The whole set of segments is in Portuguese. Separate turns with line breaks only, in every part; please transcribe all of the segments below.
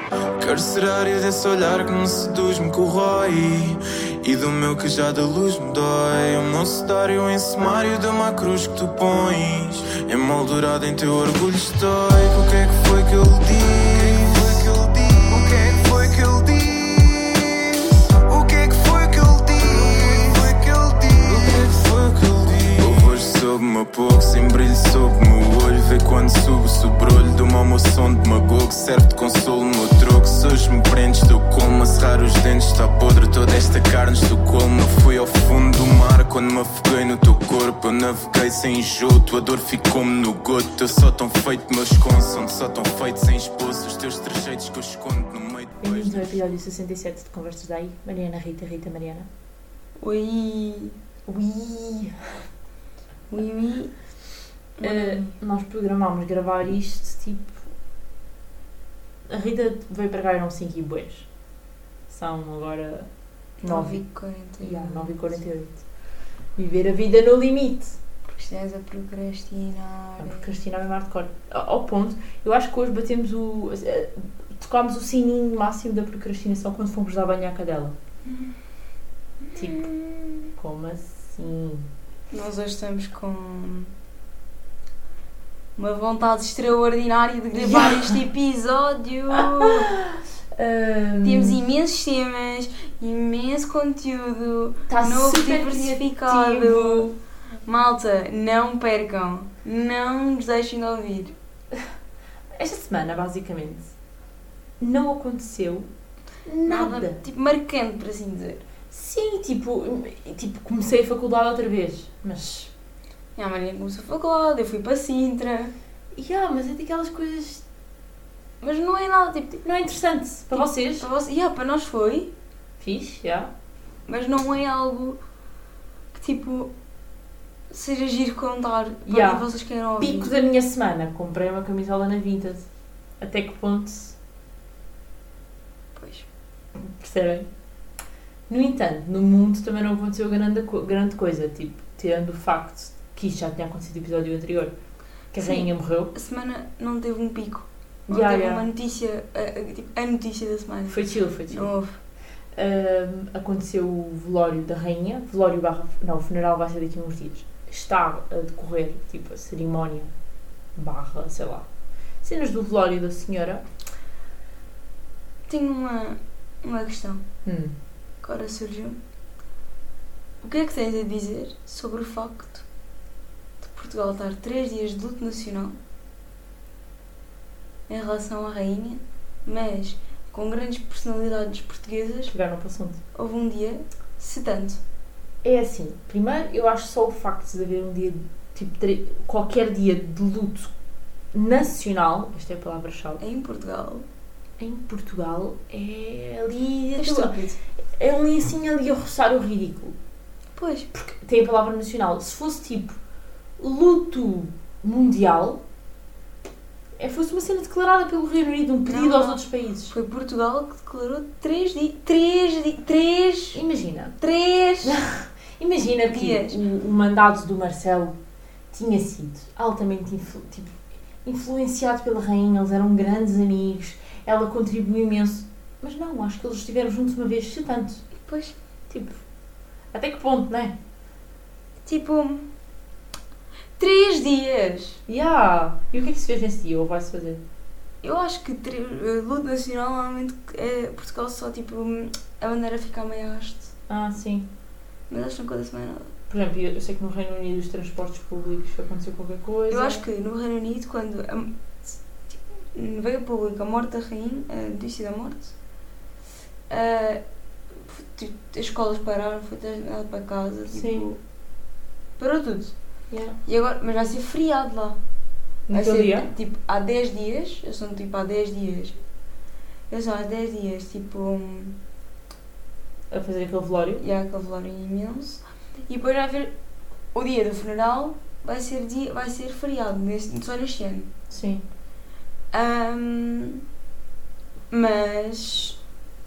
Carcerário desse olhar que me seduz, me corrói, e do meu que já da luz me dói. O meu cenário em sumário de uma cruz que tu pões, emoldurado em teu orgulho estoico. O que é que foi que ele disse? O que é que foi que ele disse? O que é que foi que ele disse? Eu vejo sob-me a pouco, sem brilho sob o meu olho. Vê quando subo o sobrolho do mau meu som de magogo. Serve de consolo no meu troco. Se hoje me prendes, estou como a cerrar os dentes. Está podre toda esta carne, estou como. Fui ao fundo do mar quando me afoguei no teu corpo. Eu naveguei sem enjoo, a dor ficou-me no goto. Eu só tão feito meus cons, onde só tão feito sem esposo. Os teus trejeitos que eu escondo no meio de...
Bem-vindos ao episódio 67 de Conversas daí. Mariana, Rita, Mariana.
Oi.
Ui.
Ui.
Nós programámos gravar isto, tipo... A Rita veio para cá e eram 5 e bués. São agora 9h48. Viver a vida no limite.
Porque estás a procrastinar.
A procrastinar é hardcore. Ao ponto, eu acho que hoje batemos tocámos o sininho máximo da procrastinação quando fomos dar banho à cadela. Tipo, como assim?
Nós hoje estamos com uma vontade extraordinária de gravar este episódio. Temos imensos temas, imenso conteúdo,
Está
novo,
super
diversificado.
criativo.
Malta, não percam, não nos deixem de ouvir.
Esta semana, basicamente, não aconteceu nada.
Tipo, marcante, por assim dizer.
Sim, tipo, comecei a faculdade outra vez, mas...
A Maria começou a faculdade, eu fui para Sintra.
mas é daquelas coisas...
Mas não é nada, tipo
Não é interessante para vocês.
Para nós foi,
Fixe,
mas não é algo que, tipo, seja giro contar para que vocês queiram ouvir.
Pico da minha semana, comprei uma camisola na Vinted. Até que ponto?
Pois.
Percebem? No entanto, no mundo também não aconteceu grande coisa, tipo, tirando o facto que isto já tinha acontecido no episódio anterior, que a rainha morreu.
A semana não teve um pico. Não teve uma notícia, a notícia da semana.
Foi chill.
Não houve.
Aconteceu o velório da rainha, o funeral vai ser daqui a uns dias. Está a decorrer, tipo, a cerimónia / sei lá, cenas do velório da senhora.
Tenho uma questão. Agora surgiu. O que é que tens a dizer sobre o facto de Portugal estar 3 dias de luto nacional em relação à rainha, mas com grandes personalidades portuguesas
Chegaram para o assunto.
houve um dia, se tanto?
É assim, primeiro eu acho só o facto de haver um dia, tipo, qualquer dia de luto nacional, esta é a palavra-chave,
Em Portugal.
em Portugal é ali...
É estúpido.
É ali a roçar o ridículo.
Pois.
Porque tem a palavra nacional. Se fosse tipo luto mundial, fosse uma cena declarada pelo Reino Unido, um pedido aos outros países.
Foi Portugal que declarou 3 dias.
Imagina.
3
Imagina que
dias.
O mandado do Marcelo tinha sido altamente influenciado pela rainha, eles eram grandes amigos, ela contribuiu imenso. Mas não, acho que eles estiveram juntos uma vez, se tanto.
Pois.
Tipo, até que ponto, não é?
Tipo, 3 dias.
E o que é que se fez nesse dia, ou vai-se fazer?
Eu acho que luto nacional, normalmente, Portugal só, tipo, a bandeira fica a meia haste.
Sim.
Mas acho que não acontece mais nada.
Por exemplo, eu sei que no Reino Unido os transportes públicos aconteceu qualquer coisa.
Eu acho que no Reino Unido, quando veio a público a morte da rainha, a notícia da morte, as escolas pararam, foi nada para casa, tipo,
Sim.
Parou tudo.
Yeah.
E agora, mas vai ser feriado lá. Vai
Naquele
ser,
dia?
tipo, há 10 dias, eles são tipo há 10 dias. Eles são há 10 dias, tipo,
A fazer aquele velório?
aquele velório imenso. E depois vai haver o dia do funeral, vai ser feriado, só neste ano.
Sim.
Mas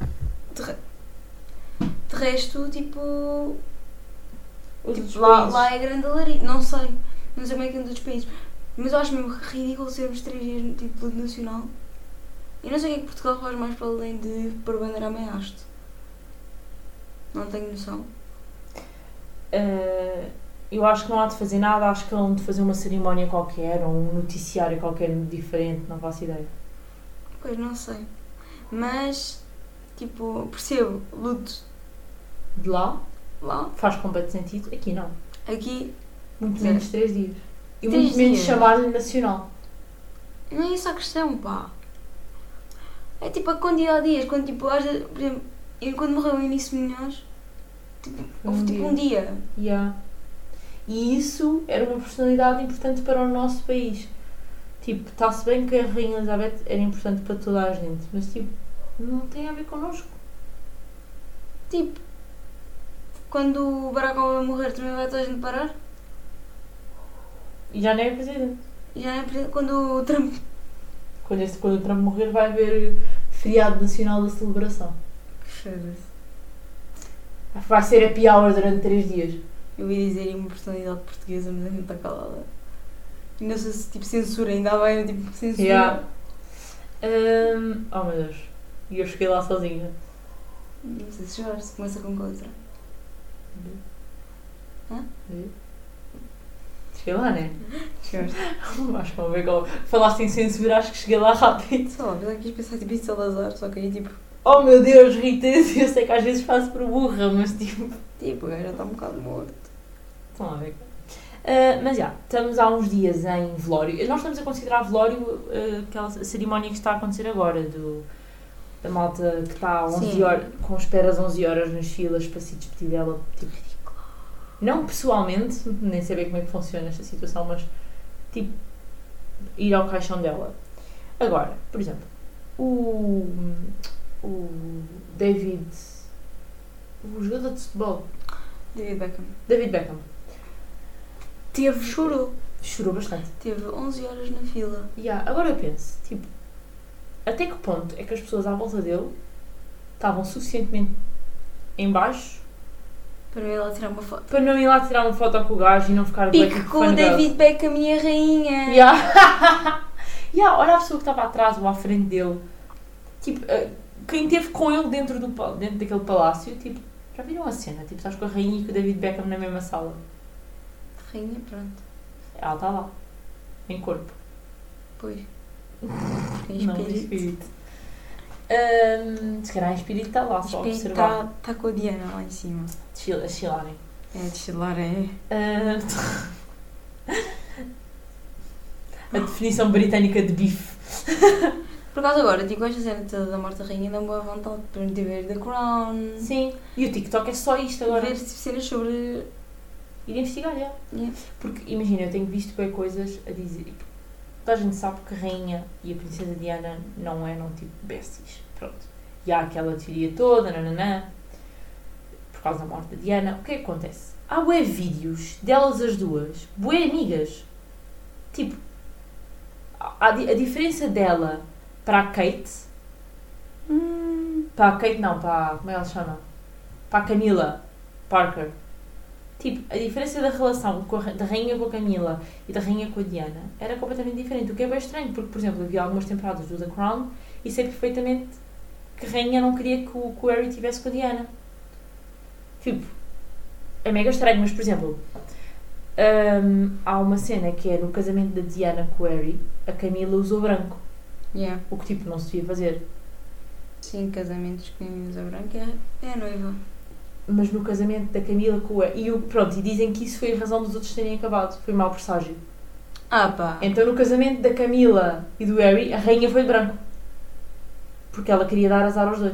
de resto, tipo lá é grande alarido, não sei como é que é em outros países, mas eu acho mesmo ridículo sermos 3 dias tipo de luto nacional Eu não sei o que é que Portugal faz mais para além de pôr a bandeira a meio haste. Não tenho noção.
Eu acho que não há de fazer nada, acho que hão de fazer uma cerimónia qualquer, ou um noticiário qualquer diferente, não faço ideia.
Pois, não sei. Mas, tipo, percebo, luto
De lá,
lá,
faz completo sentido, aqui não.
aqui,
Muito menos 3 dias. E
3
muito menos
dias.
chamar-lhe nacional.
não é isso a questão, pá. É tipo a quantidade de dias, quando tipo, por exemplo, quando morreu o Início Munhoz, tipo, houve tipo um dia.
Yeah. E isso era uma personalidade importante para o nosso país. Tipo, está-se bem que a Rainha Elizabeth era importante para toda a gente, mas tipo, não tem a ver connosco.
Tipo, quando o Barack Obama morrer, também vai toda a gente parar?
E já nem é presidente.
Já é quando o Trump.
Quando o Trump morrer vai haver feriado nacional da celebração. Vai ser happy hour durante 3 dias.
Eu ia dizer uma personalidade portuguesa, mas a gente está calada. E não sei se tipo censura, ainda vai tipo censura.
Yeah. Oh meu Deus. E eu cheguei lá sozinha.
Não sei se choraste, começa com que letra? Hã?
Cheguei lá, né?
Choraste.
Acho que vão ver como. Falaste em censura, acho que cheguei lá rápido.
Sei lá, apesar que quis pensar tipo em Salazar, só que aí tipo.
Oh meu Deus, Rita, eu sei que às vezes faço por burra, mas tipo.
Tipo, o gajo já está um bocado morto.
Estão a ver. Mas já, estamos há uns dias em velório. Nós estamos a considerar velório aquela cerimónia que está a acontecer agora, da malta que está 11 horas, com esperas 11 horas nas filas para se despedir dela. Tipo, não pessoalmente, nem saber como é que funciona esta situação, mas tipo, ir ao caixão dela. Agora, por exemplo, o David, o jogador de futebol, David Beckham, chorou bastante.
Teve 11 horas na fila.
Agora eu penso, tipo, até que ponto é que as pessoas à volta dele estavam suficientemente em baixo
para não ir lá tirar uma foto.
Para não ir lá tirar uma foto com o gajo e não ficar
Pique com o David Beckham, minha rainha.
Olha a pessoa que estava atrás ou à frente dele. Tipo, quem esteve com ele dentro daquele palácio, tipo, já viram a cena? Tipo, estás com a rainha e com o David Beckham na mesma sala.
Rainha, pronto.
Ela está lá. Em corpo.
Pois.
Não, em espírito. Se calhar em espírito está lá, só a observar.
Está com a Diana lá em cima.
A chilarem.
De chilar é.
A definição britânica de bife.
Por acaso agora, tipo, esta cena toda da morte da rainha dá-me boa vontade para me ver The Crown.
Sim. E o TikTok é só isto agora.
Ver cenas sobre...
Ir investigar, já.
Yeah.
Porque, imagina, eu tenho visto bem coisas a dizer... Toda a gente sabe que a rainha e a princesa Diana não eram, tipo, besties. Pronto. E há aquela teoria toda, nananã, por causa da morte da Diana. O que é que acontece? Há bué vídeos delas as duas, bué amigas. Tipo, a diferença dela para a Kate... Para a Kate não, para... Como é que ela se chama? Para a Camila Parker. Tipo, a diferença da relação da rainha com a Camila e da rainha com a Diana era completamente diferente. O que é bem estranho, porque, por exemplo, eu vi algumas temporadas do The Crown e sei perfeitamente que a rainha não queria que o Harry estivesse com a Diana. Tipo, é mega estranho, mas, por exemplo, há uma cena que é no casamento da Diana com o Harry, a Camila usou branco.
Yeah.
O que, tipo, não se devia fazer.
Sim, casamentos que usa branco é a noiva.
Mas no casamento da Camila com o Harry... E dizem que isso foi a razão dos outros terem acabado. Foi mau presságio.
Pá.
Então no casamento da Camila e do Harry, a rainha foi de branco. Porque ela queria dar azar aos dois.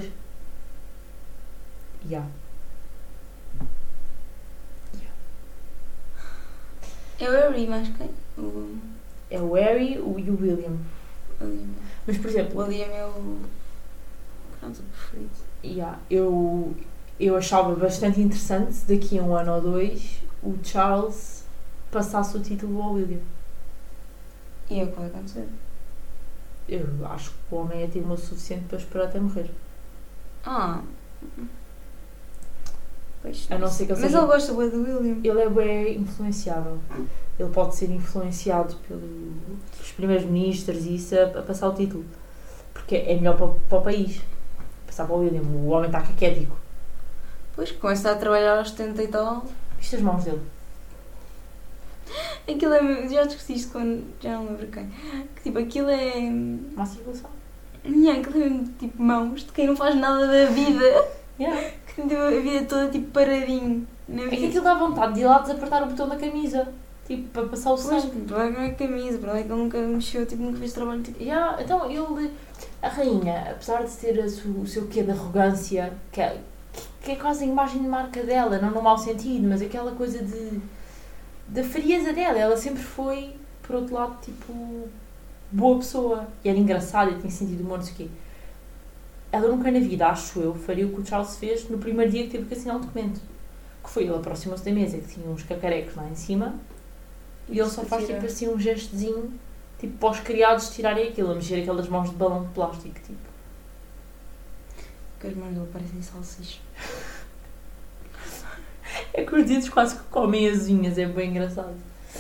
É o Harry, mas quem?
É o Harry e o William.
William.
Mas, por exemplo...
O William é o canto preferido.
Eu achava bastante interessante se daqui a 1 ano ou 2 o Charles passasse o título ao William.
E é o que vai acontecer?
Eu acho que o homem é teimoso o suficiente para esperar até morrer.
Pois.
A não ser que ele
Mas
seja...
ele gosta bem do William.
Ele é bem influenciável. Ele pode ser influenciado pelos primeiros ministros e isso a passar o título. Porque é melhor para o país. Passar para o William, o homem está caquético.
Pois, começa a trabalhar aos 70 e tal.
Viste as mãos dele?
Aquilo é... Já discutiste quando... Já não lembro quem. Que tipo, aquilo é...
Uma circulação.
Não, aquilo é mesmo tipo mãos de quem não faz nada da vida.
Yeah.
Que tem tipo, a vida toda tipo paradinho.
É que aquilo dá vontade de ir lá desapertar o botão da camisa. Tipo, para passar o sangue.
Pois, para não é camisa, para lá é que ele nunca mexeu, tipo, nunca fez trabalho. Tipo...
Yeah. Então, ele... A rainha, apesar de ter o seu quê de arrogância, que é quase a imagem de marca dela, não no mau sentido, mas aquela coisa da frieza dela. Ela sempre foi, por outro lado, tipo, boa pessoa. E era engraçada e tinha sentido humor, não sei o quê. Ela nunca na vida, acho eu, faria o que o Charles fez no primeiro dia que teve que assinar um documento. Que foi, ele aproximou-se da mesa que tinha uns cacarecos lá em cima e ele só faz tipo assim um gestozinho, tipo para os criados tirarem aquilo, a mexer aquelas mãos de balão de plástico, tipo.
Que as mãos dele parecem salsichas.
É que os dedos quase que comem as unhas, é bem engraçado.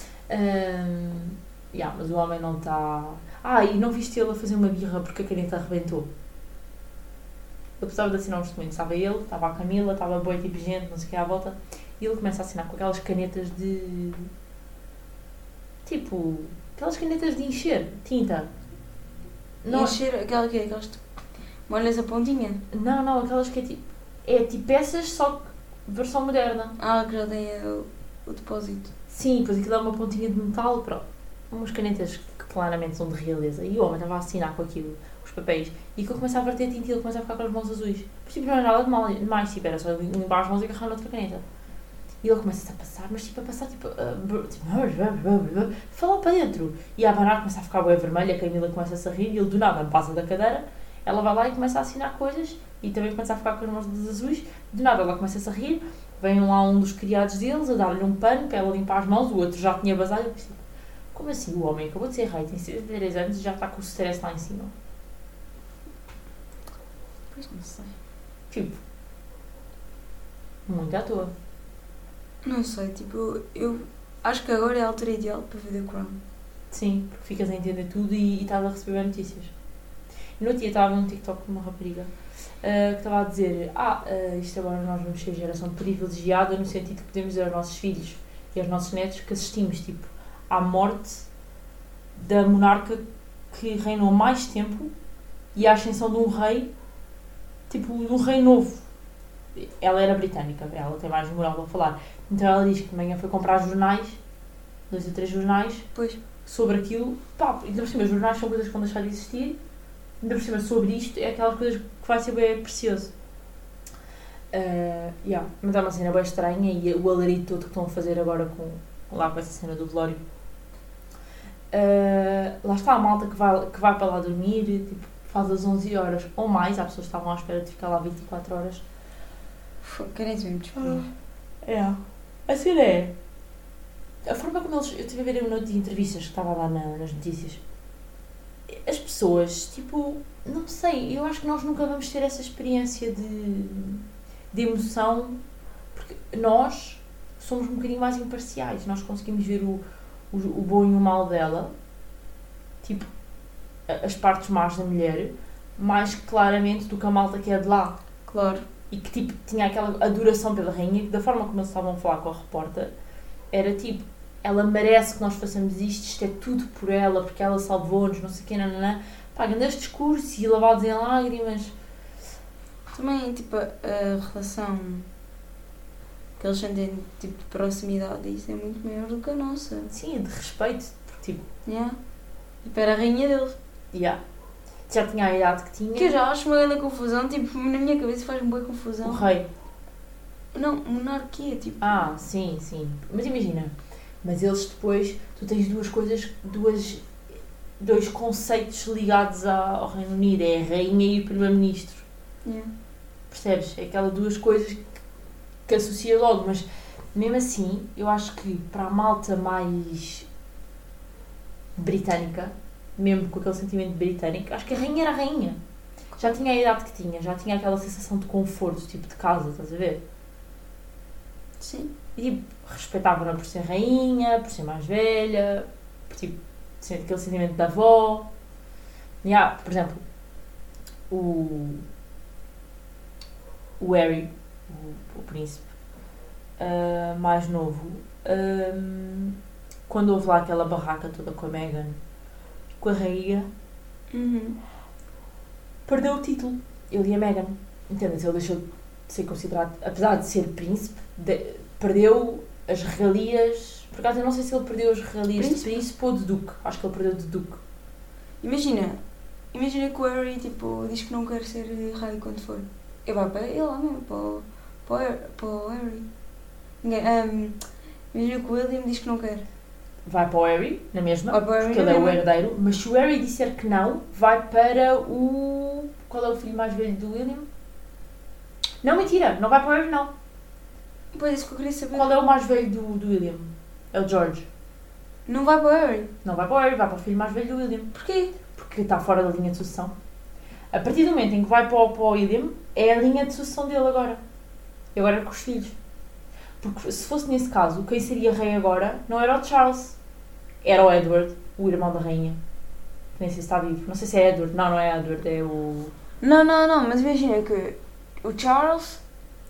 Mas o homem não está... e não viste ele a fazer uma birra porque a caneta arrebentou? Ele precisava de assinar uns documentos. Estava ele, estava a Camila, estava boi tipo gente, não sei o que à volta. E ele começa a assinar com aquelas canetas de... Tipo... Aquelas canetas de encher tinta.
Não... Encher? Aquelas que molhas a pontinha?
Não, aquelas que é tipo... É tipo essas, só que versão moderna.
Que já tem o depósito.
Sim, depois aquilo é uma pontinha de metal, pronto. Umas canetas que claramente são de realeza. E o homem estava a assinar com aquilo, os papéis. E que ele começa a verter tinta e ele começa a ficar com as mãos azuis. Mas tipo, não era nada de mais, tipo, era só limpar as mãos e agarrar noutra caneta. E ele começa a passar, mas tipo, a passar tipo... falar para dentro. E a abanar começa a ficar bem vermelha, a Camila começa a rir e ele do nada passa da cadeira. Ela vai lá e começa a assinar coisas e também começa a ficar com as mãos azuis. Do nada ela começa a rir, vem lá um dos criados deles a dar-lhe um pano para ela limpar as mãos, o outro já tinha basado. Eu pensei, como assim o homem acabou de ser rei, tem 73 anos e já está com o stress lá em cima?
Pois não sei.
Tipo, muito à toa.
Não sei, tipo, eu acho que agora é a altura ideal para ver The Crown.
Sim, porque ficas a entender tudo e estás a receber notícias. E no outro dia estava a ver um TikTok de uma rapariga que estava a dizer isto agora nós vamos ser geração privilegiada no sentido que podemos dizer aos nossos filhos e aos nossos netos que assistimos tipo, à morte da monarca que reinou mais tempo e à ascensão de um rei, tipo, de um rei novo. Ela era britânica, ela tem mais moral para falar. Então ela diz que de manhã foi comprar jornais, 2 ou 3 jornais,
pois,
sobre aquilo. Ainda por cima, os jornais são coisas que vão deixar de existir. Ainda por cima, sobre isto, é aquelas coisas que vai ser bem precioso. Mas é uma cena bem estranha e o alarido todo que estão a fazer agora com essa cena do velório. Lá está a malta que vai para lá dormir, tipo, faz as 11 horas ou mais. Há pessoas que estavam à espera de ficar lá 24 horas.
Querem-se mesmo disponível.
A cena é... A forma como eles... Eu estive a ver um monte de entrevistas que estava lá nas notícias. As pessoas, tipo... Não sei, eu acho que nós nunca vamos ter essa experiência de emoção, porque nós somos um bocadinho mais imparciais. Nós conseguimos ver o bom e o mal dela, tipo, as partes más da mulher, mais claramente do que a malta que é de lá.
Claro.
E que, tipo, tinha aquela adoração pela rainha, que da forma como eles estavam a falar com a repórter, era tipo, ela merece que nós façamos isto é tudo por ela, porque ela salvou-nos, não sei o quê, nananã. Neste discurso e lavados em lágrimas.
Também, tipo, a relação que eles sentem, tipo, de proximidade, isso é muito maior do que a nossa.
Sim, de respeito, tipo...
Tipo, era a rainha deles.
Já tinha a idade que tinha.
Que eu já acho uma grande confusão, tipo, na minha cabeça faz-me boa confusão.
O rei.
Não, monarquia, tipo...
Sim. Mas imagina, mas eles depois, tu tens dois conceitos ligados ao Reino Unido, é a rainha e o primeiro-ministro. Percebes? É aquelas duas coisas que associa logo, mas mesmo assim, eu acho que para a malta mais britânica, mesmo com aquele sentimento britânico, acho que a rainha era a rainha. Já tinha a idade que tinha, já tinha aquela sensação de conforto, tipo de casa, estás a ver?
Sim.
E tipo, respeitavam-na por ser rainha, por ser mais velha, por tipo, aquele sentimento da avó. Por exemplo, o Harry, o príncipe mais novo, quando houve lá aquela barraca toda com a Meghan, com a rainha, perdeu o título, ele e a Meghan. Entendes? Ele deixou de ser considerado, apesar de ser príncipe, perdeu as regalias. Por acaso eu não sei se ele perdeu as regalias de príncipe ou de duque. Acho que ele perdeu de duque.
Imagina que o Harry tipo, diz que não quer ser rei quando for. Eu vou para ele lá mesmo, para o Harry. Imagina que o William diz que não quer.
Vai para o Harry, na mesma,
Harry,
porque ele é o herdeiro. Mas se o Harry disser que não, vai para o... Qual é o filho mais velho do William? Não, mentira, não vai para o Harry, não.
Pois, isso que eu queria saber.
Qual é o mais velho do William? É o George.
Não vai para o Harry?
Não vai para o Harry, vai para o filho mais velho do William.
Porquê?
Porque está fora da linha de sucessão. A partir do momento em que vai para o William, é a linha de sucessão dele agora. E agora é com os filhos. Porque se fosse nesse caso, quem seria rei agora não era o Charles. Era o Edward, o irmão da rainha. Nem sei se está vivo. Não sei se é Edward. Não é Edward, é o...
Não, mas imagina que o Charles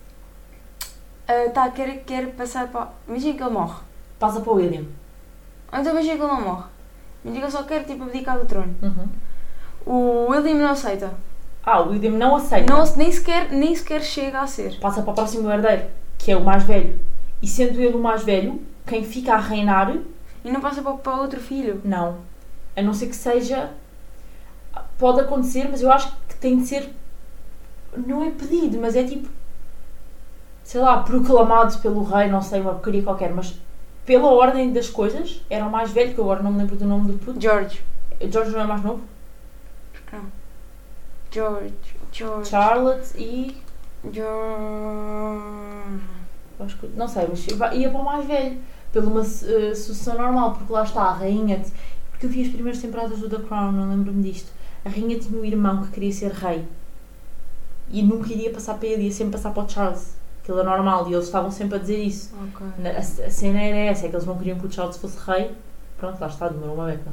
quer passar para... Imagina que ele morre.
Passa para o William.
Ou então imagina que ele não morre. Imagina que ele só quer tipo abdicar do trono.
Uhum.
O William não aceita.
O William não aceita.
Não, nem sequer chega a ser.
Passa para o próximo herdeiro, que é o mais velho. E sendo ele o mais velho, quem fica a reinar...
E não passa para outro filho?
Não. A não ser que seja... Pode acontecer, mas eu acho que tem de ser... Não é pedido, mas é tipo... Sei lá, proclamado pelo rei, não sei, uma porcaria qualquer, mas... Pela ordem das coisas, era o mais velho, que eu agora não me lembro do nome do puto.
George.
George não é mais novo?
Não. George.
Charlotte e...
George...
Acho que, não sei, mas ia para o mais velho. Pela uma sucessão normal, porque lá está a rainha... Porque eu vi as primeiras temporadas do The Crown, não lembro-me disto. A rainha tinha um irmão que queria ser rei. E nunca iria passar para ele, ia sempre passar para o Charles. Aquilo é normal, e eles estavam sempre a dizer isso.
Okay.
A cena era essa, é que eles não queriam que o Charles fosse rei. Pronto, lá está, demorou uma beca.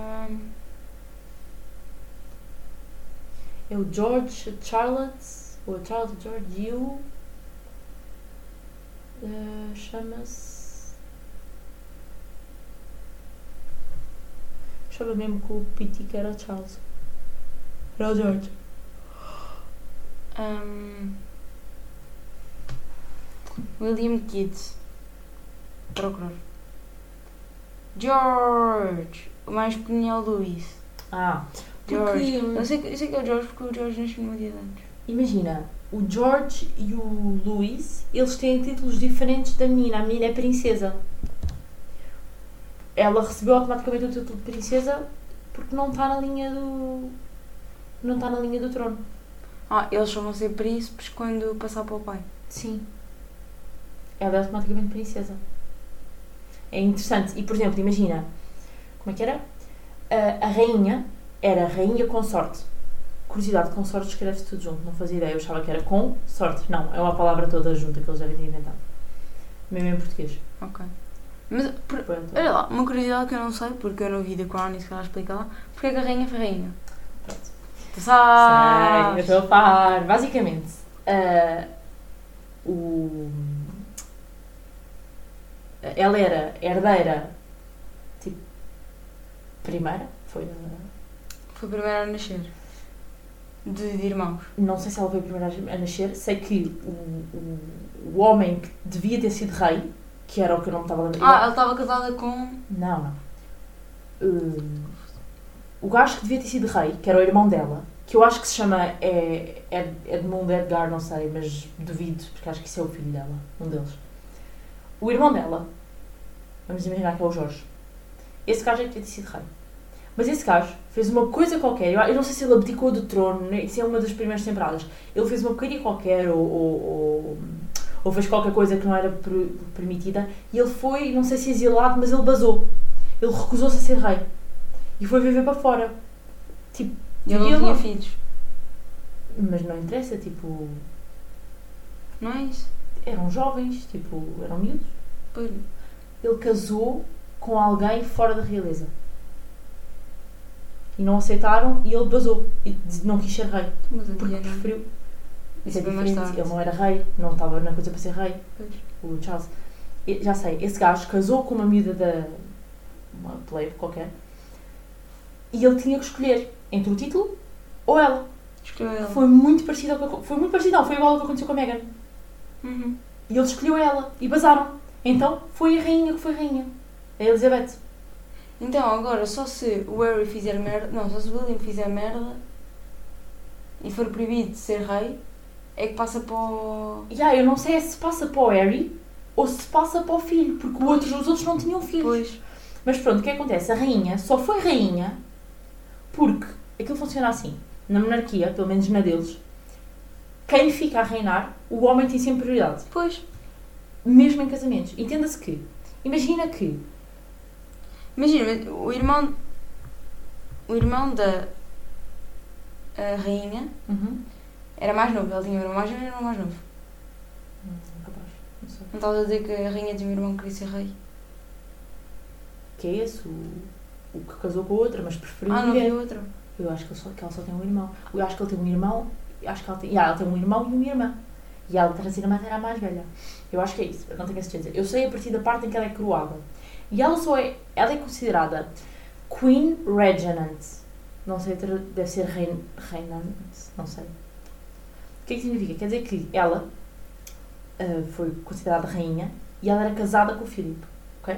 É o George, a Charlotte, ou a Charlotte, o George e o... chama-se... Achava mesmo que o Pity que era o Charles. Era o George.
William Kids. Procurar. George. O mais pequenino é o Louis. George. Eu sei que é o George porque o George nasceu num dia de antes.
Imagina, o George e o Louis, eles têm títulos diferentes da menina. A menina é princesa. Ela recebeu automaticamente o título de princesa porque não está na linha do... Não está na linha do trono.
Eles só vão ser príncipes quando passar para o pai.
Sim. Ela é automaticamente princesa. É interessante. E, por exemplo, imagina... Como é que era? A rainha era rainha consorte. Curiosidade, consorte escreve-se tudo junto. Não fazia ideia. Eu achava que era com sorte. Não, é uma palavra toda junta que eles devem ter inventado. Mesmo em português.
Ok. Mas, olha lá, uma curiosidade que eu não sei, porque eu não vi The Crown e se calhar explica lá. Porque é que a rainha foi rainha?
Pronto.
Tu sabes?
Sei, eu estou a par. Basicamente, ela era herdeira, tipo, primeira, foi
a primeira a nascer. De irmãos.
Não sei se ela foi a primeira a nascer, sei que o homem que devia ter sido rei, que era o que eu não me estava a lembrar.
Ela estava casada com...
Não. O gajo que devia ter sido rei, que era o irmão dela, que eu acho que se chama Edmund Edgar, não sei, mas duvido, porque acho que isso é o filho dela, um deles. O irmão dela, vamos imaginar que é o Jorge. Esse gajo é que devia ter sido rei. Mas esse gajo fez uma coisa qualquer, eu não sei se ele abdicou do trono, isso é uma das primeiras temporadas. Ele fez uma porcaria qualquer, ou fez qualquer coisa que não era permitida, e ele foi, não sei se exilado, mas ele basou. Ele recusou-se a ser rei. E foi viver para fora. Tipo,
e ele não tinha filhos.
Mas não interessa, tipo...
Não é isso?
Eram jovens, tipo, eram miúdos.
Pois.
Ele casou com alguém fora da realeza. E não aceitaram e ele basou. E não quis ser rei.
Mas a
Porque
Diana...
preferiu. Isso é
Isso foi mais
diferente.
tarde.
Ele não era rei. Não estava na coisa para ser rei.
Pois.
O Charles. Já sei. Esse gajo casou com uma miúda da... uma plebe qualquer. E ele tinha que escolher entre o título ou ela.
Escolheu ela.
Foi muito parecido ao que... Foi muito parecido, não. Foi igual ao que aconteceu com a Meghan.
Uhum.
E ele escolheu ela. E basaram. Então, foi a rainha que foi rainha. A Elizabeth.
Então, agora, só se o Harry fizer merda... Não, só se o William fizer merda e for proibido de ser rei, é que passa para o...
Eu não sei se passa para o Harry ou se passa para o filho. Porque os outros não tinham filhos.
Pois.
Mas pronto, o que acontece? A rainha só foi rainha porque aquilo funciona assim. Na monarquia, pelo menos na deles, quem fica a reinar, o homem tem sempre prioridade.
Pois.
Mesmo em casamentos. Entenda-se que... Imagina,
o irmão da a rainha era mais novo. Ela tinha um irmão mais novo e um irmão mais novo.
Capaz. Não sei.
Não estavas a dizer que a rainha tinha um irmão que queria ser rei?
Que é esse? O que casou com a outra, mas preferiu
não
viver.
vi outra.
Eu acho que ela só tem um irmão. Eu acho que ele tem um irmão. Acho que ela tem um irmão e uma irmã. E ela, transitivamente, era a mais velha. Eu acho que é isso. Eu não tenho a certeza. Eu sei a partir da parte em que ela é coroada. E ela é considerada Queen Regnant. Não sei, deve ser reinante. Não sei. O que é que significa? Quer dizer que ela foi considerada rainha e ela era casada com o Filipe. Ok?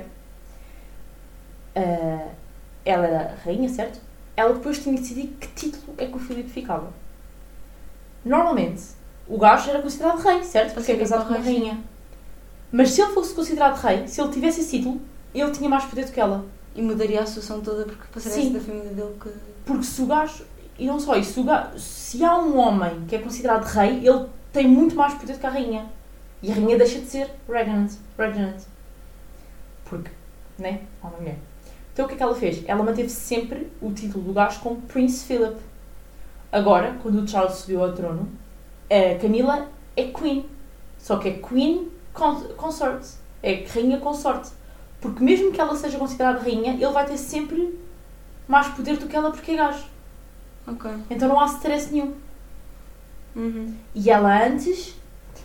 Ela era rainha, certo? Ela depois tinha de decidir que título é que o Filipe ficava. Normalmente, o gajo era considerado rei, certo? Porque é casado com uma rainha. Mas se ele fosse considerado rei, se ele tivesse esse título, ele tinha mais poder do que ela.
E mudaria a situação toda porque passaria da família dele que...
Porque se o gajo... E não só isso, se há um homem que é considerado rei, ele tem muito mais poder do que a rainha. E a rainha deixa de ser regnant. Porque, né? É uma mulher. Então o que é que ela fez? Ela manteve sempre o título do gajo como Prince Philip. Agora, quando o Charles subiu ao trono, a Camila é Queen. Só que é Queen Consort. É rainha consorte. Porque mesmo que ela seja considerada rainha, ele vai ter sempre mais poder do que ela porque é gajo.
Ok.
Então não há stress nenhum. E ela antes...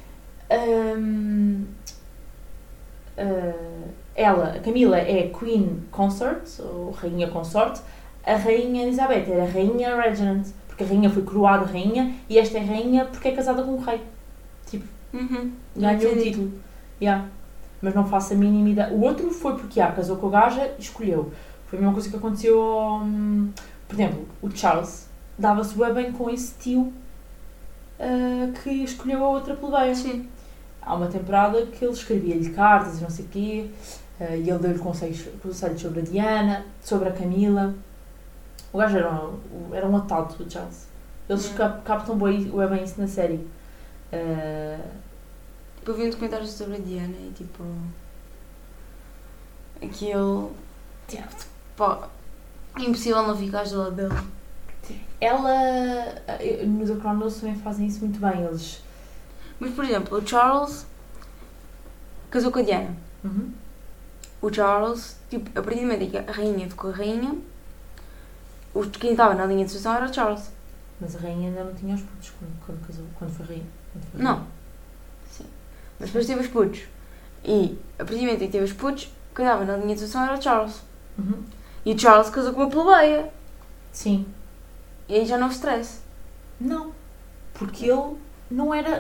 a Camila é Queen Consort, ou Rainha Consorte. A Rainha Elizabeth era Rainha Regnant, porque a rainha foi coroada rainha, e esta é rainha porque é casada com um rei. Tipo, ganhou o título. Mas não faço a mínima ideia. O outro foi porque casou com a gaja e escolheu. Foi a mesma coisa que aconteceu ao... Por exemplo, o Charles dava-se bem com esse tio que escolheu a outra plebeia.
Sim.
Há uma temporada que ele escrevia-lhe cartas e não sei o quê, e ele deu-lhe conselhos sobre a Diana, sobre a Camila. O gajo era um atado, o Charles. Eles captam bem isso na série.
Eu vi um documentário sobre a Diana e tipo... Aquilo... Pá, é impossível não ficar do lado dela.
Ela... No The Crown eles também fazem isso muito bem. Eles...
Mas, por exemplo, o Charles casou com a Diana. O Charles, tipo, a partir do momento em que a rainha ficou a rainha, quem estava na linha de sucessão era o Charles.
Mas a rainha ainda não tinha os putos quando casou, quando foi rainha.
Não. Sim. Mas depois teve os putos. E, a partir do momento em que teve os putos, quem estava na linha de sucessão era o Charles. E o Charles casou com uma plebeia.
Sim.
E aí já não houve stress.
Não. Porque ele não é...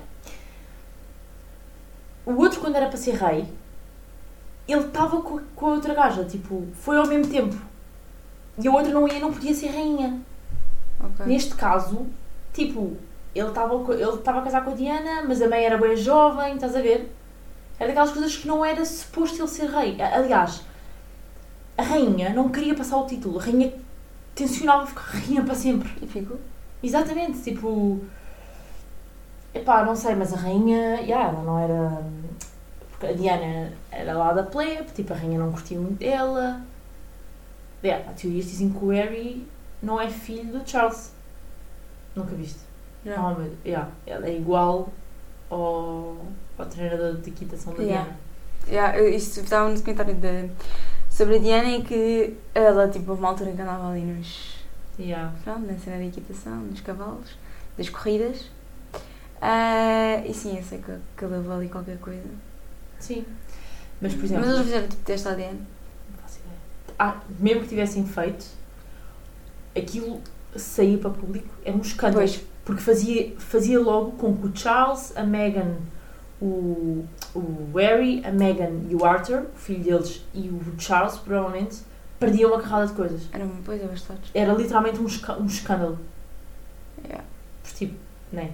O outro, quando era para ser rei, ele estava com a outra gaja, tipo, foi ao mesmo tempo. E a outra não podia ser rainha.
Okay.
Neste caso, tipo, ele estava a casar com a Diana, mas a mãe era bem jovem, estás a ver? Era daquelas coisas que não era suposto ele ser rei. Aliás, a rainha não queria passar o título, a rainha tencionava ficar rainha para sempre.
E ficou?
Exatamente, tipo... Epá, não sei, mas a rainha, ela não era... Porque a Diana era lá da plebe, tipo, a rainha não curtia muito dela. Há teorias que dizem que o Harry não é filho do Charles. Nunca viste?
Não.
Oh, ela é igual ao treinador de equitação da Diana.
Isso estava no documentário sobre a Diana em que ela, tipo, houve uma altura que andava ali nos Pronto, na cena da equitação, dos cavalos, das corridas. E sim, eu sei que ele levou ali qualquer coisa.
Sim. Mas, por exemplo...
Mas eles fizeram tipo teste ADN?
Não faço ideia. Mesmo que tivessem feito, aquilo sair para público era um escândalo.
Pois.
Porque fazia logo com que o Charles, a Meghan, o Harry, a Meghan e o Arthur, o filho deles, e o Charles, provavelmente, perdiam uma carrada de coisas.
Pois é, bastados.
Era literalmente um escândalo.
Yeah.
Por tipo, né?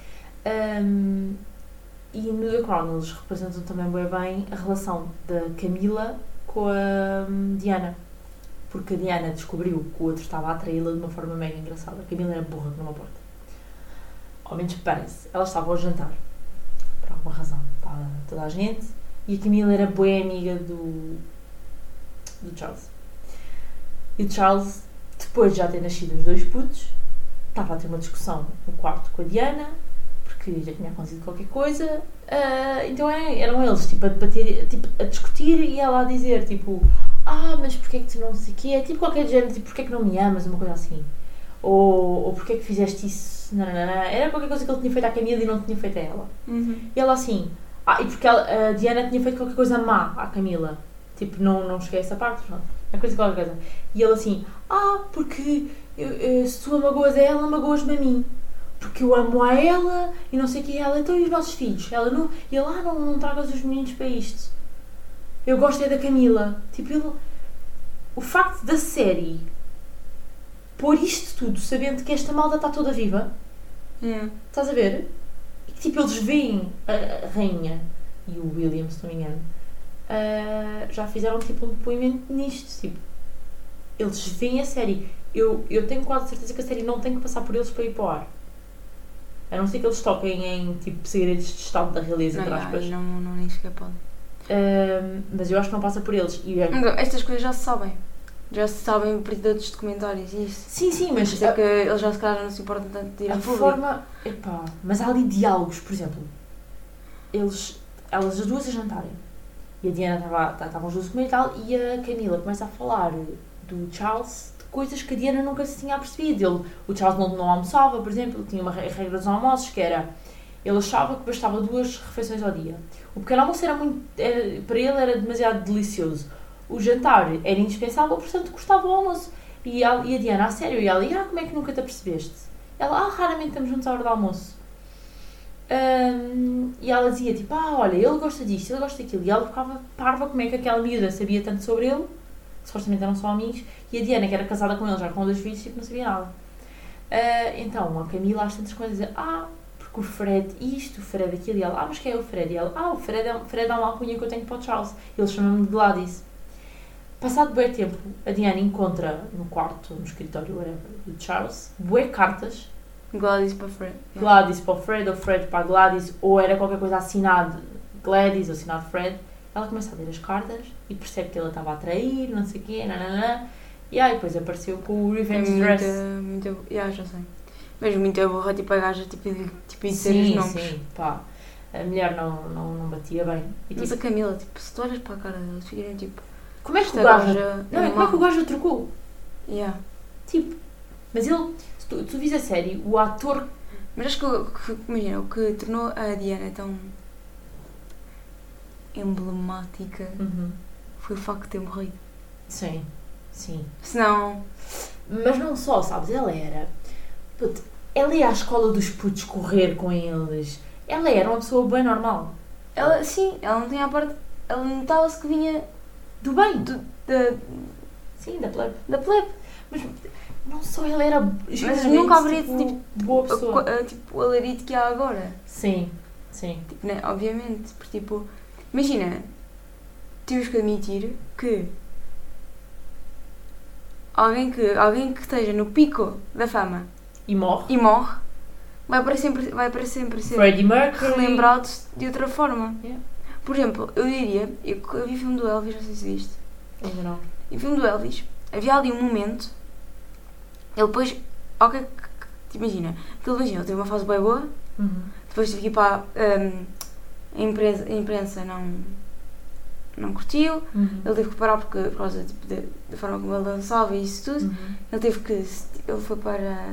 E no The Crown eles representam também bem a relação da Camila com a Diana. Porque a Diana descobriu que o outro estava a atraí-la de uma forma mega engraçada. A Camila era burra que não importa. Ao menos parece. Elas estavam a jantar. Por alguma razão. Estava toda a gente. E a Camila era boa amiga do Charles. E o Charles, depois de já ter nascido os dois putos, estava a ter uma discussão no quarto com a Diana, porque já tinha acontecido qualquer coisa. Então eram eles, tipo, a debater, tipo, a discutir e ela a dizer, tipo, mas porquê é que tu não sei o quê? É tipo qualquer género, tipo, porquê é que não me amas? Uma coisa assim. Ou porquê é que fizeste isso? Não. Era qualquer coisa que ele tinha feito à Camila e não tinha feito a ela.
Uhum.
E ela assim, e porque a Diana tinha feito qualquer coisa má à Camila. Tipo, não cheguei a essa parte, não. É qualquer coisa. E ele assim, porque se tu a magoas a ela, magoas-me a mim. Porque eu amo a ela e não sei o que ela, então e os nossos filhos? Ela não, e ele, não tragas os meninos para isto. Eu gosto é da Camila. Tipo, o facto da série pôr isto tudo, sabendo que esta malda está toda viva, estás a ver? E que tipo, eles veem a rainha e o William, se não me engano, já fizeram tipo um depoimento nisto. Tipo, eles veem a série. Eu tenho quase certeza que a série não tem que passar por eles para ir para o ar. A não ser que eles toquem em tipo segredos de estado da realeza, entre aspas.
Não nem sequer pode.
Mas eu acho que não passa por eles.
Estas coisas já se sabem. Já se sabem por outros documentários e isso.
Sim, mas...
Sei que eles já se calhar não se importam tanto de ir a público.
forma... mas há ali diálogos, por exemplo. Elas as duas a jantarem. E a Diana estavam os dois a comer e tal. E a Camila começa a falar do Charles... coisas que a Diana nunca se tinha percebido. O Charles não almoçava, por exemplo, tinha uma regra dos almoços que era, ele achava que bastava 2 refeições ao dia. O pequeno almoço para ele era demasiado delicioso. O jantar era indispensável, portanto gostava do almoço. E a Diana, a sério, e ela, como é que nunca te apercebeste? Ela, raramente estamos juntos à hora do almoço. E ela dizia, tipo, olha, ele gosta disto, ele gosta daquilo. E ela ficava parva como é que aquela miúda sabia tanto sobre ele. Supostamente eram só amigos, e a Diana, que era casada com ele, já com 2 filhos, tipo, não sabia nada. Então, a Camila às tantas coisas dizer, porque o Fred isto, o Fred aquilo, e ela, mas quem é o Fred? E ela, o Fred é uma alcunha que eu tenho para o Charles. E eles chamam-me de Gladys. Passado bué tempo, a Diana encontra no quarto, no escritório, whatever, do Charles, bué cartas.
Gladys para Fred.
Gladys para o Fred, ou Fred para a Gladys, ou era qualquer coisa assinado Gladys ou assinado Fred. Ela começa a ler as cartas e percebe que ela estava a trair, não sei o quê, e aí depois apareceu com o Revenge Dress.
Já sei. Mas muito burra, tipo a gaja, tipo dizer os nomes.
Sim, pá. A mulher não batia bem. E,
mas a Camila, tipo, se tu olhas para a cara dela, ficam tipo...
Como é que o gajo... como é que o gajo a trocou? Tipo, mas ele... Se tu vis a série, o ator...
Mas acho que imagina, o que tornou a Diana tão... emblemática foi o facto de ter morrido.
Sim.
Senão...
Mas não só, sabes? Ela ia à escola dos putos correr com eles. Ela era uma pessoa bem normal.
Ela não tinha a parte... Ela notava-se que vinha...
do bem.
Sim,
da plebe.
Mas
não só ela era...
Mas nunca haveria tipo
boa pessoa.
O alarito que há agora.
Sim.
Tipo, né? Obviamente. Porque tipo... Imagina, temos que admitir que alguém que esteja no pico da fama
e morre
vai para sempre ser
Freddie Mercury
relembrado de outra forma.
Yeah.
Por exemplo, eu diria, eu vi o filme do Elvis, não sei se viste.
Ainda não.
E o filme do Elvis, havia ali um momento, ele depois, imagina, ele teve uma fase bem boa, depois tive que ir para a imprensa não curtiu, ele teve que parar por causa tipo, da forma como ele dançava e isso tudo. Ele teve que. Ele foi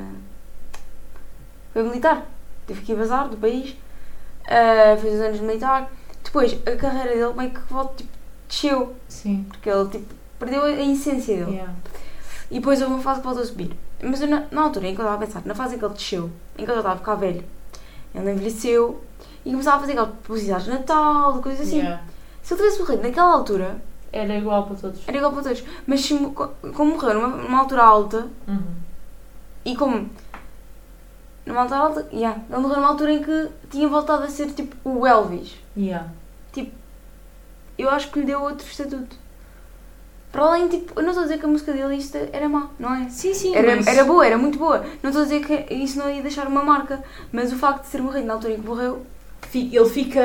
militar, teve que ir vazar do país, fez os anos de militar. Depois a carreira dele meio que tipo, desceu.
Sim.
Porque ele tipo, perdeu a essência dele.
Yeah.
E depois houve uma fase que voltou a subir. Mas eu, na altura em que eu estava a pensar, na fase em que ele desceu, em que ele já estava a ficar velho, ele envelheceu e começava a fazer aquelas publicidades de Natal, coisas assim.
Yeah.
Se ele tivesse morrido naquela altura,
era igual para todos.
Era igual para todos. Mas se, como morreu numa altura alta, e como numa altura alta, ele morreu numa altura em que tinha voltado a ser tipo o Elvis. Tipo, eu acho que lhe deu outro estatuto. Para além, tipo, eu não estou a dizer que a música dele isto era má, não é?
Sim,
era boa, era muito boa. Não estou a dizer que isso não ia deixar uma marca, mas o facto de ser morrido na altura em que morreu,
ele fica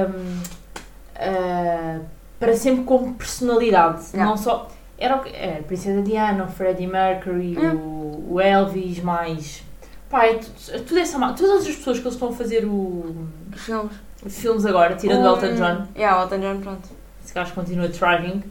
para sempre como personalidade. Não só. Era a Princesa Diana, o Freddie Mercury, o Elvis, mais. Pá, tudo essa marca. Todas as pessoas que eles estão a fazer os filmes agora, tirando o Elton John.
O Elton John, pronto.
Esse gajo continua thriving.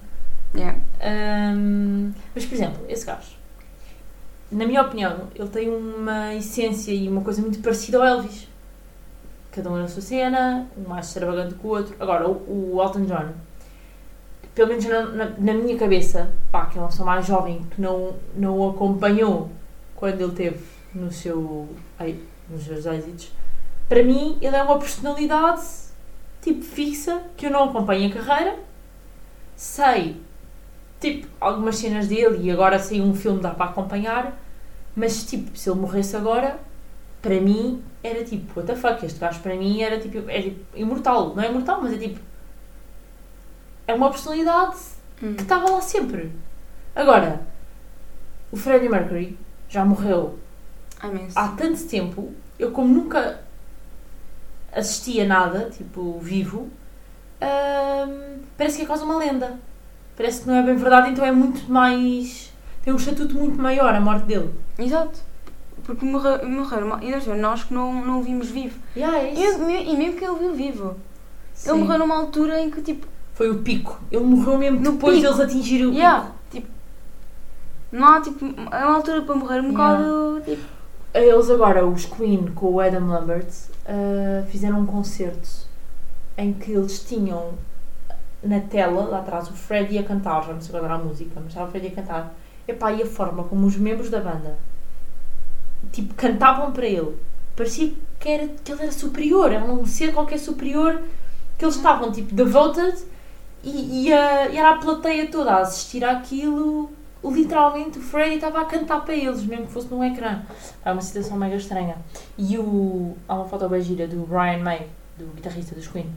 Mas, por exemplo, esse gajo, na minha opinião, ele tem uma essência e uma coisa muito parecida ao Elvis. Cada um na sua cena, um mais extravagante que o outro. Agora, o Elton John, pelo menos na minha cabeça, pá, que é uma pessoa mais jovem que não o acompanhou quando ele teve nos seus êxitos, para mim ele é uma personalidade tipo fixa, que eu não acompanho a carreira, sei tipo algumas cenas dele e agora saiu um filme, dá para acompanhar, mas tipo, se ele morresse agora, para mim era tipo, what the fuck, este gajo para mim era tipo, imortal, não é imortal, mas é tipo, é uma personalidade que estava lá sempre. Agora, o Freddie Mercury já morreu há tanto tempo, eu como nunca assisti a nada, tipo, vivo, parece que é quase uma lenda. Parece que não é bem verdade, então é muito mais... tem um estatuto muito maior a morte dele.
Exato. Porque morreram, e nós que não o vimos vivo.
É isso.
E mesmo que ele viu vivo.
Sim.
Ele morreu numa altura em que, tipo...
Foi o pico. Ele morreu mesmo depois deles atingirem o pico.
Tipo, não há, tipo, é uma altura para morrer um bocado, tipo...
Eles agora, os Queen, com o Adam Lambert, fizeram um concerto em que eles tinham na tela, lá atrás, o Freddie a cantar, já não sei qual era a música, mas estava o Freddie a cantar. Epá, e a forma como os membros da banda, tipo, cantavam para ele, parecia que ele era superior, era um ser qualquer superior, que eles estavam, tipo, devoted, e era a plateia toda a assistir àquilo. Literalmente o Freddie estava a cantar para eles, mesmo que fosse num ecrã. É uma situação mega estranha. E há uma foto bem gira do Brian May, do guitarrista dos Queen,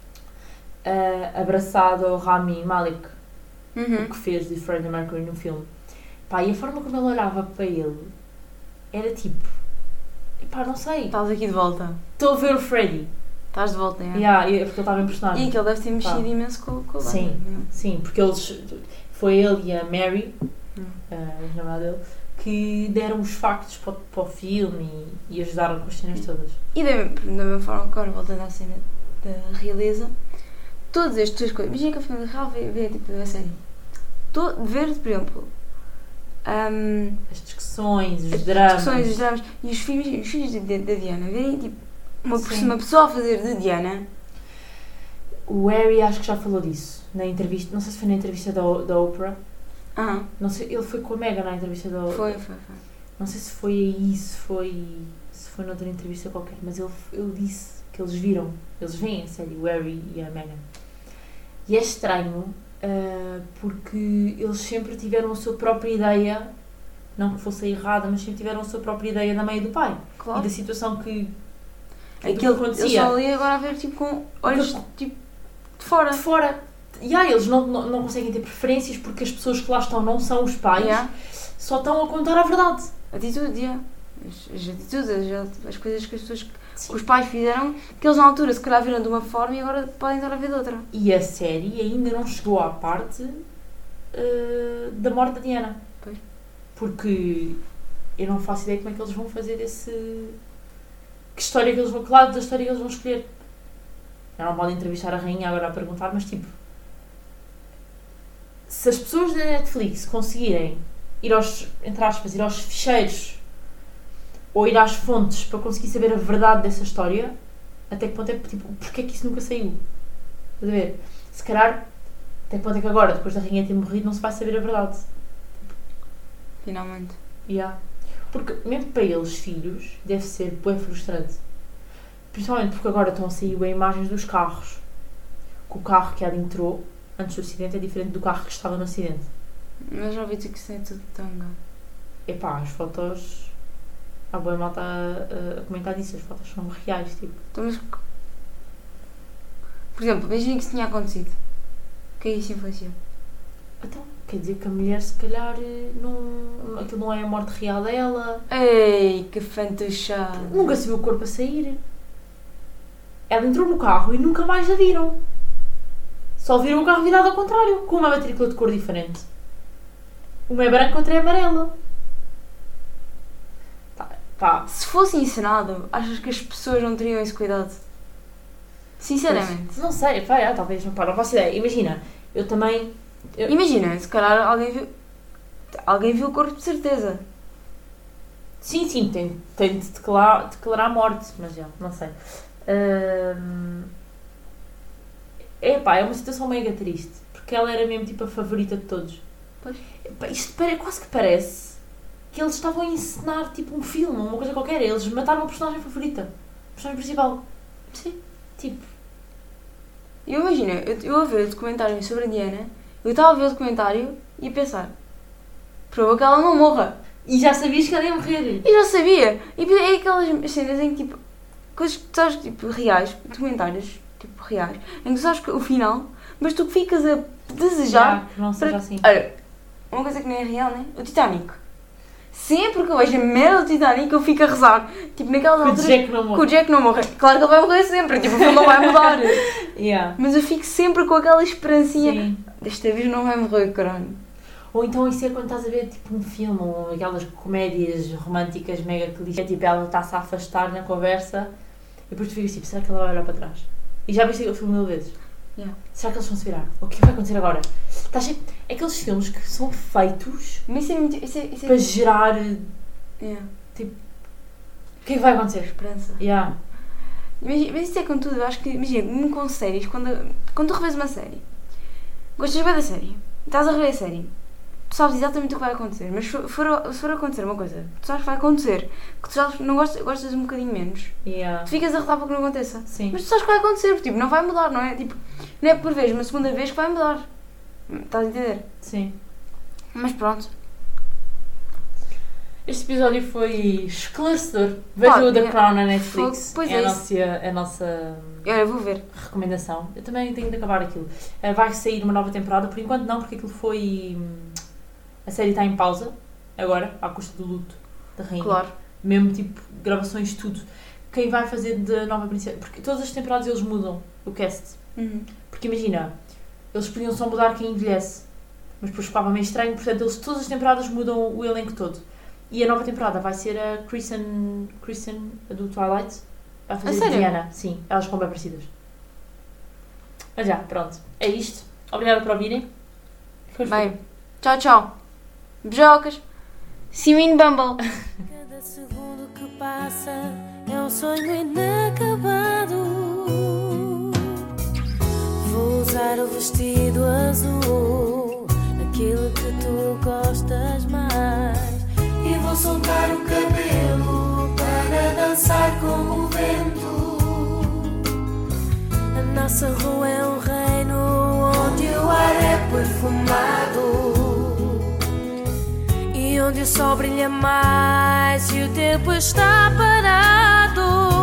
abraçado ao Rami Malek, o que fez de Freddie Mercury no filme. Pá, e a forma como ele olhava para ele era tipo, pá, não sei.
Estás aqui de volta.
Estou a ver o Freddie.
Estás de volta, é?
Porque ele estava em personagem.
E que ele deve ter mexido imenso com o
Sim, sim, porque foi ele e a Mary, a ex-namorada dele, que deram os factos para o filme e ajudaram com as cenas todas.
E da mesma forma que agora, voltando à cena da realeza, todas estas coisas, imagina que a família real vê tipo a série. Ver, por exemplo,
as discussões, os dramas.
E os filhos da Diana, verem tipo uma pessoa a fazer de Diana.
O Harry acho que já falou disso na entrevista, não sei se foi na entrevista da Oprah. Não sei, ele foi com a Meghan na entrevista da Oprah.
Foi.
Não sei se foi aí, se foi noutra entrevista qualquer, mas ele disse que eles veem a série, o Harry e a Meghan. E é estranho, porque eles sempre tiveram a sua própria ideia, não que fosse errada, mas sempre tiveram a sua própria ideia da mãe e do pai.
Claro.
E da situação que
acontecia. Eles estão ali agora a ver tipo com olhos tipo de fora.
Eles não conseguem ter preferências porque as pessoas que lá estão não são os pais, só estão a contar a verdade.
Atitude, as atitudes, as coisas que as pessoas, que os pais fizeram, que eles na altura se calhar viram de uma forma e agora podem estar a ver de outra.
E a série ainda não chegou à parte da morte da Diana.
Pois.
Porque eu não faço ideia como é que eles vão fazer que história que eles vão... Claro, da história que eles vão escolher. Já não podem entrevistar a rainha agora a perguntar, mas tipo... se as pessoas da Netflix conseguirem ir aos, entre aspas, ir aos ficheiros ou ir às fontes para conseguir saber a verdade dessa história, até que ponto é tipo, porque é que isso nunca saiu? Estás a ver? Se calhar, até que ponto é que agora, depois da rainha ter morrido, não se vai saber a verdade.
Finalmente.
Yeah. Porque mesmo para eles, filhos, deve ser bem frustrante. Principalmente porque agora estão a sair bem imagens dos carros. Que o carro que ela entrou antes do acidente é diferente do carro que estava no acidente.
Mas já ouvi dizer que isso é tudo tanga.
Epá, as fotos... Há boa malta a comentar disso. As fotos são reais, tipo.
Então, mas... Por exemplo, imagina que isso tinha acontecido. O que é isso influenciou?
Então, quer dizer que a mulher se calhar não... Aquilo não é a morte real dela.
Ei, que fantochada.
Nunca se viu o corpo a sair. Ela entrou no carro e nunca mais a viram. Só viram o carro virado ao contrário, com uma matrícula de cor diferente. Uma é branca, outra é amarela. Pá.
Se fosse encenado, achas que as pessoas não teriam esse cuidado? Sinceramente.
Pois, não sei, pá, talvez, não faço ideia. Imagina, eu também...
Imagina, se calhar alguém viu o corpo de certeza.
Sim, tem de declarar a morte, mas já, não sei. É uma situação mega triste, porque ela era mesmo tipo a favorita de todos.
Pois.
Epá, isto quase que parece que eles estavam a encenar tipo um filme, uma coisa qualquer. Eles mataram a personagem favorita, a personagem principal.
Sim.
Tipo.
Eu imagino, eu a ver o documentário sobre a Diana, eu estava a ver o documentário e a pensar, prova que ela não morra.
E já sabias que ela ia morrer.
E já sabia. E é aquelas cenas em que tipo, coisas que tu sabes, tipo, reais, documentários, tipo, reais, em que tu sabes que o final, mas tu ficas a desejar.
Que não seja assim.
Olha, uma coisa que nem é real, né? O Titanic. Sempre que eu vejo a merda do Titanic, eu fico a rezar. Tipo, naquelas alturas. Que o Jack não morre. Claro que ele vai morrer sempre. Tipo, o filme não vai mudar. Mas eu fico sempre com aquela esperancinha.
Sim.
Desta vez não vai morrer, caralho.
Ou então isso é quando estás a ver tipo um filme, ou aquelas comédias românticas mega clichê. Tipo, ela está-se a afastar na conversa e depois tu ficas tipo, será que ela vai olhar para trás? E já viste o filme 1000 vezes? Será que eles vão se virar? O que vai acontecer agora? Estás sempre... Aqueles filmes que são feitos
mas isso é muito,
para gerar... Tipo... O que é que vai acontecer?
Esperança. Mas isso é com tudo. Eu acho que, imagina, com séries, quando tu revês uma série, gostas bem da série, estás a rever a série, tu sabes exatamente o que vai acontecer, mas se for acontecer uma coisa, tu sabes que vai acontecer, que tu sabes, não gostas um bocadinho menos, tu ficas a rezar para que não aconteça.
Sim.
Mas tu sabes que vai acontecer, porque tipo, não vai mudar, não é? Tipo, não é por vez, uma segunda vez que vai mudar. Estás a entender?
Sim.
Mas pronto.
Este episódio foi esclarecedor. Vejam o The Crown na Netflix.
Pois
é a nossa
Eu vou ver.
recomendação. Eu também tenho de acabar aquilo. Vai sair uma nova temporada, por enquanto não, porque aquilo foi... A série está em pausa, agora, à custa do luto da rainha.
Claro.
Mesmo tipo, gravações, tudo. Quem vai fazer de nova princesa... Porque todas as temporadas eles mudam o cast. Porque imagina, eles podiam só mudar quem envelhece, mas depois ficava meio estranho, portanto eles todas as temporadas mudam o elenco todo. E a nova temporada vai ser a Kristen a do Twilight, vai fazer a Diana. Sim, elas ficam bem parecidas. Mas já, pronto. É isto. Obrigada por ouvirem.
Bem, tchau. Beijocas. See you in Bumble.
Cada segundo que passa é um sonho inacabado. Vou usar o vestido azul, aquele que tu gostas mais. E vou soltar o cabelo para dançar como o vento. A nossa rua é um reino onde o ar é perfumado e onde o sol brilha mais e o tempo está parado.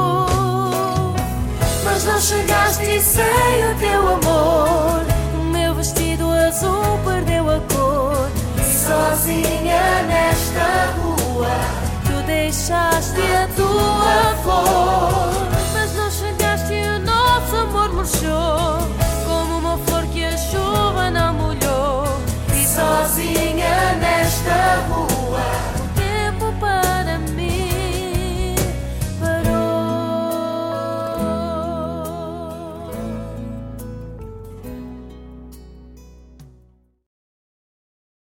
Mas não chegaste e sei o teu amor. O meu vestido azul perdeu a cor. Sozinha nesta rua, tu deixaste